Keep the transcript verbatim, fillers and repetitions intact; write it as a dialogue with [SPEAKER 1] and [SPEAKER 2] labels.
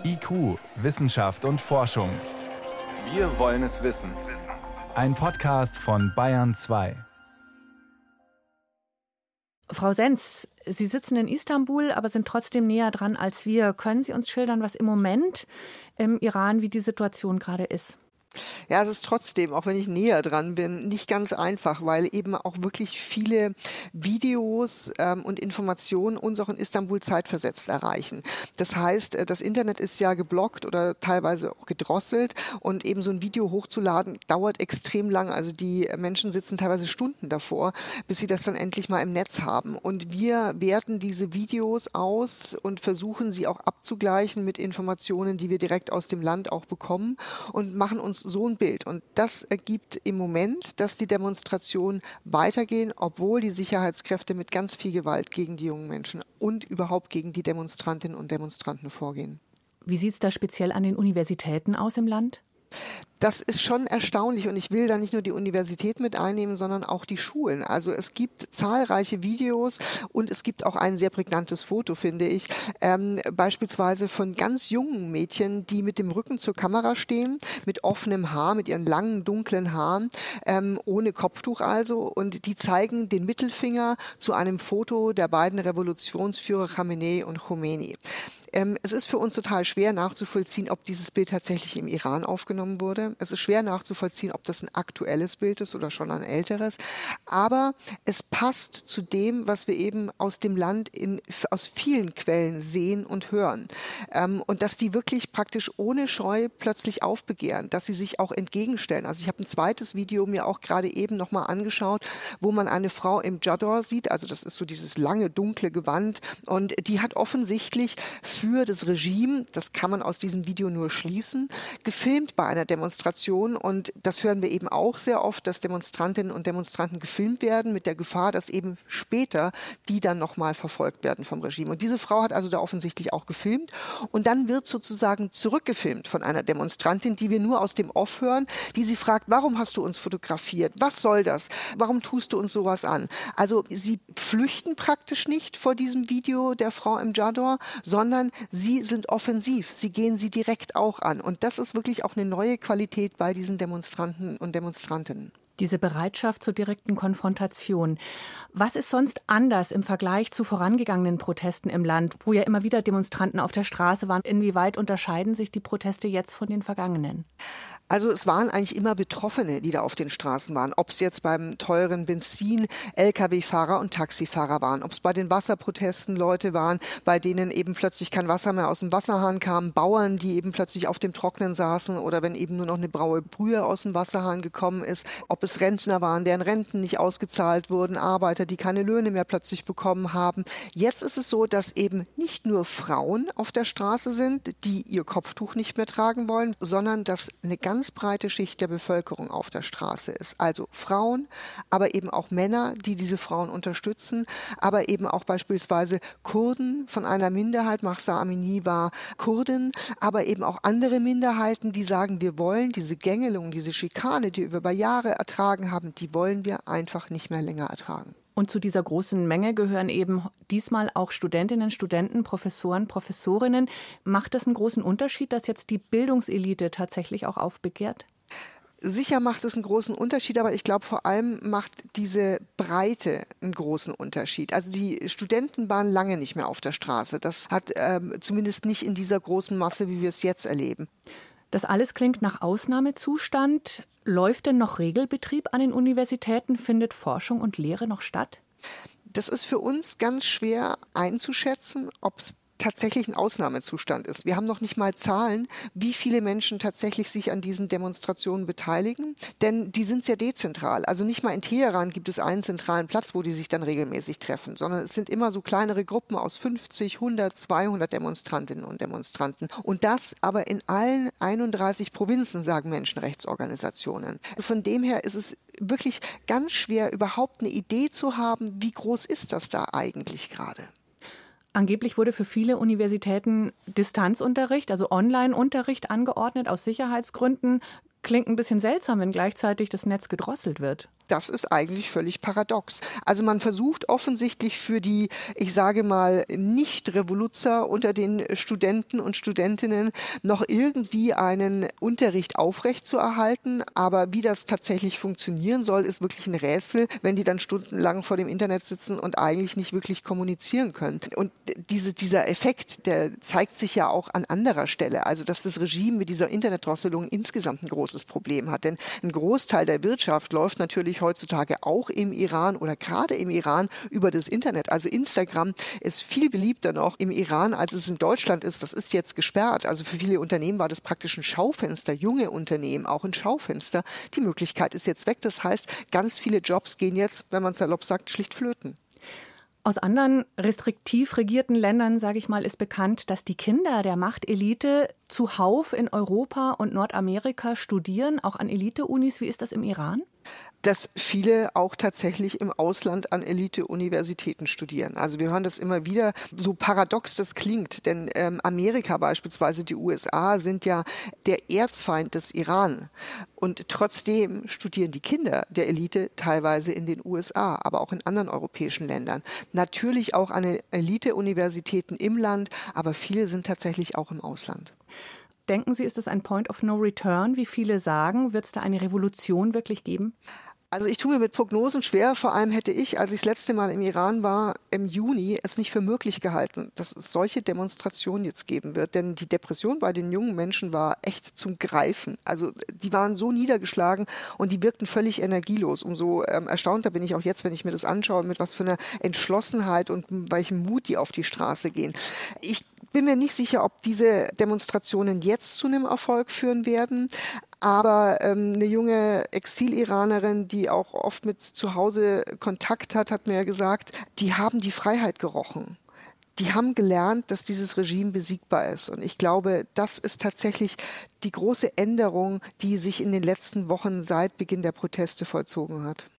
[SPEAKER 1] I Q, Wissenschaft und Forschung. Wir wollen es wissen. Ein Podcast von Bayern zwei.
[SPEAKER 2] Frau Senz, Sie sitzen in Istanbul, aber sind trotzdem näher dran als wir. Können Sie uns schildern, was im Moment im Iran, wie die Situation gerade ist?
[SPEAKER 3] Ja, es ist trotzdem, auch wenn ich näher dran bin, nicht ganz einfach, weil eben auch wirklich viele Videos ähm, und Informationen uns auch in Istanbul zeitversetzt erreichen. Das heißt, das Internet ist ja geblockt oder teilweise auch gedrosselt und eben so ein Video hochzuladen dauert extrem lang. Also die Menschen sitzen teilweise Stunden davor, bis sie das dann endlich mal im Netz haben. Und wir werten diese Videos aus und versuchen sie auch abzugleichen mit Informationen, die wir direkt aus dem Land auch bekommen und machen uns so ein Bild. Und das ergibt im Moment, dass die Demonstrationen weitergehen, obwohl die Sicherheitskräfte mit ganz viel Gewalt gegen die jungen Menschen und überhaupt gegen die Demonstrantinnen und Demonstranten vorgehen.
[SPEAKER 2] Wie sieht es da speziell an den Universitäten aus im Land?
[SPEAKER 3] Das ist schon erstaunlich und ich will da nicht nur die Universität mit einnehmen, sondern auch die Schulen. Also es gibt zahlreiche Videos und es gibt auch ein sehr prägnantes Foto, finde ich, ähm, beispielsweise von ganz jungen Mädchen, die mit dem Rücken zur Kamera stehen, mit offenem Haar, mit ihren langen, dunklen Haaren, ähm, ohne Kopftuch also, und die zeigen den Mittelfinger zu einem Foto der beiden Revolutionsführer Khamenei und Khomeini. Ähm, es ist für uns total schwer nachzuvollziehen, ob dieses Bild tatsächlich im Iran aufgenommen wurde. Es ist schwer nachzuvollziehen, ob das ein aktuelles Bild ist oder schon ein älteres. Aber es passt zu dem, was wir eben aus dem Land in, aus vielen Quellen sehen und hören. Ähm, und dass die wirklich praktisch ohne Scheu plötzlich aufbegehren, dass sie sich auch entgegenstellen. Also ich habe ein zweites Video mir auch gerade eben nochmal angeschaut, wo man eine Frau im Chador sieht. Also das ist so dieses lange, dunkle Gewand. Und die hat offensichtlich für das Regime, das kann man aus diesem Video nur schließen, gefilmt bei einer Demonstration. Und das hören wir eben auch sehr oft, dass Demonstrantinnen und Demonstranten gefilmt werden mit der Gefahr, dass eben später die dann nochmal verfolgt werden vom Regime. Und diese Frau hat also da offensichtlich auch gefilmt. Und dann wird sozusagen zurückgefilmt von einer Demonstrantin, die wir nur aus dem Off hören, die sie fragt, warum hast du uns fotografiert? Was soll das? Warum tust du uns sowas an? Also sie flüchten praktisch nicht vor diesem Video der Frau im Chador, sondern sie sind offensiv. Sie gehen sie direkt auch an. Und das ist wirklich auch eine neue Qualität bei diesen Demonstranten und Demonstrantinnen.
[SPEAKER 2] Diese Bereitschaft zur direkten Konfrontation. Was ist sonst anders im Vergleich zu vorangegangenen Protesten im Land, wo ja immer wieder Demonstranten auf der Straße waren? Inwieweit unterscheiden sich die Proteste jetzt von den vergangenen?
[SPEAKER 3] Also es waren eigentlich immer Betroffene, die da auf den Straßen waren. Ob es jetzt beim teuren Benzin L K W-Fahrer und Taxifahrer waren, ob es bei den Wasserprotesten Leute waren, bei denen eben plötzlich kein Wasser mehr aus dem Wasserhahn kam, Bauern, die eben plötzlich auf dem Trocknen saßen oder wenn eben nur noch eine braue Brühe aus dem Wasserhahn gekommen ist, ob es Rentner waren, deren Renten nicht ausgezahlt wurden, Arbeiter, die keine Löhne mehr plötzlich bekommen haben. Jetzt ist es so, dass eben nicht nur Frauen auf der Straße sind, die ihr Kopftuch nicht mehr tragen wollen, sondern dass eine ganz ganz breite Schicht der Bevölkerung auf der Straße ist. Also Frauen, aber eben auch Männer, die diese Frauen unterstützen, aber eben auch beispielsweise Kurden von einer Minderheit, Mahsa Amini war Kurdin, aber eben auch andere Minderheiten, die sagen, wir wollen diese Gängelung, diese Schikane, die wir über Jahre ertragen haben, die wollen wir einfach nicht mehr länger ertragen.
[SPEAKER 2] Und zu dieser großen Menge gehören eben diesmal auch Studentinnen, Studenten, Professoren, Professorinnen. Macht das einen großen Unterschied, dass jetzt die Bildungselite tatsächlich auch aufbegehrt?
[SPEAKER 3] Sicher macht es einen großen Unterschied, aber ich glaube, vor allem macht diese Breite einen großen Unterschied. Also die Studenten waren lange nicht mehr auf der Straße. Das hat ähm, zumindest nicht in dieser großen Masse, wie wir es jetzt erleben.
[SPEAKER 2] Das alles klingt nach Ausnahmezustand. Läuft denn noch Regelbetrieb an den Universitäten? Findet Forschung und Lehre noch statt?
[SPEAKER 3] Das ist für uns ganz schwer einzuschätzen, ob es tatsächlich ein Ausnahmezustand ist. Wir haben noch nicht mal Zahlen, wie viele Menschen tatsächlich sich an diesen Demonstrationen beteiligen, denn die sind sehr dezentral. Also nicht mal in Teheran gibt es einen zentralen Platz, wo die sich dann regelmäßig treffen, sondern es sind immer so kleinere Gruppen aus fünfzig, hundert, zweihundert Demonstrantinnen und Demonstranten. Und das aber in allen einunddreißig Provinzen, sagen Menschenrechtsorganisationen. Von dem her ist es wirklich ganz schwer, überhaupt eine Idee zu haben, wie groß ist das da eigentlich gerade.
[SPEAKER 2] Angeblich wurde für viele Universitäten Distanzunterricht, also Online-Unterricht angeordnet aus Sicherheitsgründen. Klingt ein bisschen seltsam, wenn gleichzeitig das Netz gedrosselt wird.
[SPEAKER 3] Das ist eigentlich völlig paradox. Also man versucht offensichtlich für die, ich sage mal, Nicht-Revoluzer unter den Studenten und Studentinnen noch irgendwie einen Unterricht aufrechtzuerhalten. Aber wie das tatsächlich funktionieren soll, ist wirklich ein Rätsel, wenn die dann stundenlang vor dem Internet sitzen und eigentlich nicht wirklich kommunizieren können. Und diese, dieser Effekt, der zeigt sich ja auch an anderer Stelle. Also dass das Regime mit dieser Internetdrosselung insgesamt ein großes Problem hat. Denn ein Großteil der Wirtschaft läuft natürlich heutzutage auch im Iran oder gerade im Iran über das Internet. Also Instagram ist viel beliebter noch im Iran, als es in Deutschland ist. Das ist jetzt gesperrt. Also für viele Unternehmen war das praktisch ein Schaufenster, junge Unternehmen auch ein Schaufenster. Die Möglichkeit ist jetzt weg. Das heißt, ganz viele Jobs gehen jetzt, wenn man es salopp sagt, schlicht flöten.
[SPEAKER 2] Aus anderen restriktiv regierten Ländern, sage ich mal, ist bekannt, dass die Kinder der Machtelite zuhauf in Europa und Nordamerika studieren, auch an Elite-Unis. Wie ist das im Iran?
[SPEAKER 3] Dass viele auch tatsächlich im Ausland an Elite-Universitäten studieren. Also wir hören das immer wieder, so paradox das klingt, denn ähm, Amerika beispielsweise, die U S A, sind ja der Erzfeind des Iran. Und trotzdem studieren die Kinder der Elite teilweise in den U S A, aber auch in anderen europäischen Ländern. Natürlich auch an Elite-Universitäten im Land, aber viele sind tatsächlich auch im Ausland.
[SPEAKER 2] Denken Sie, ist das ein Point of no return, wie viele sagen? Wird es da eine Revolution wirklich geben?
[SPEAKER 3] Also ich tue mir mit Prognosen schwer. Vor allem hätte ich, als ich das letzte Mal im Iran war, im Juni, es nicht für möglich gehalten, dass es solche Demonstrationen jetzt geben wird. Denn die Depression bei den jungen Menschen war echt zum Greifen. Also die waren so niedergeschlagen und die wirkten völlig energielos. Umso ähm, erstaunter bin ich auch jetzt, wenn ich mir das anschaue, mit was für einer Entschlossenheit und welchem Mut die auf die Straße gehen. Ich bin mir nicht sicher, ob diese Demonstrationen jetzt zu einem Erfolg führen werden. Aber ähm, eine junge Exil-Iranerin, die auch oft mit zu Hause Kontakt hat, hat mir ja gesagt, die haben die Freiheit gerochen. Die haben gelernt, dass dieses Regime besiegbar ist. Und ich glaube, das ist tatsächlich die große Änderung, die sich in den letzten Wochen seit Beginn der Proteste vollzogen hat.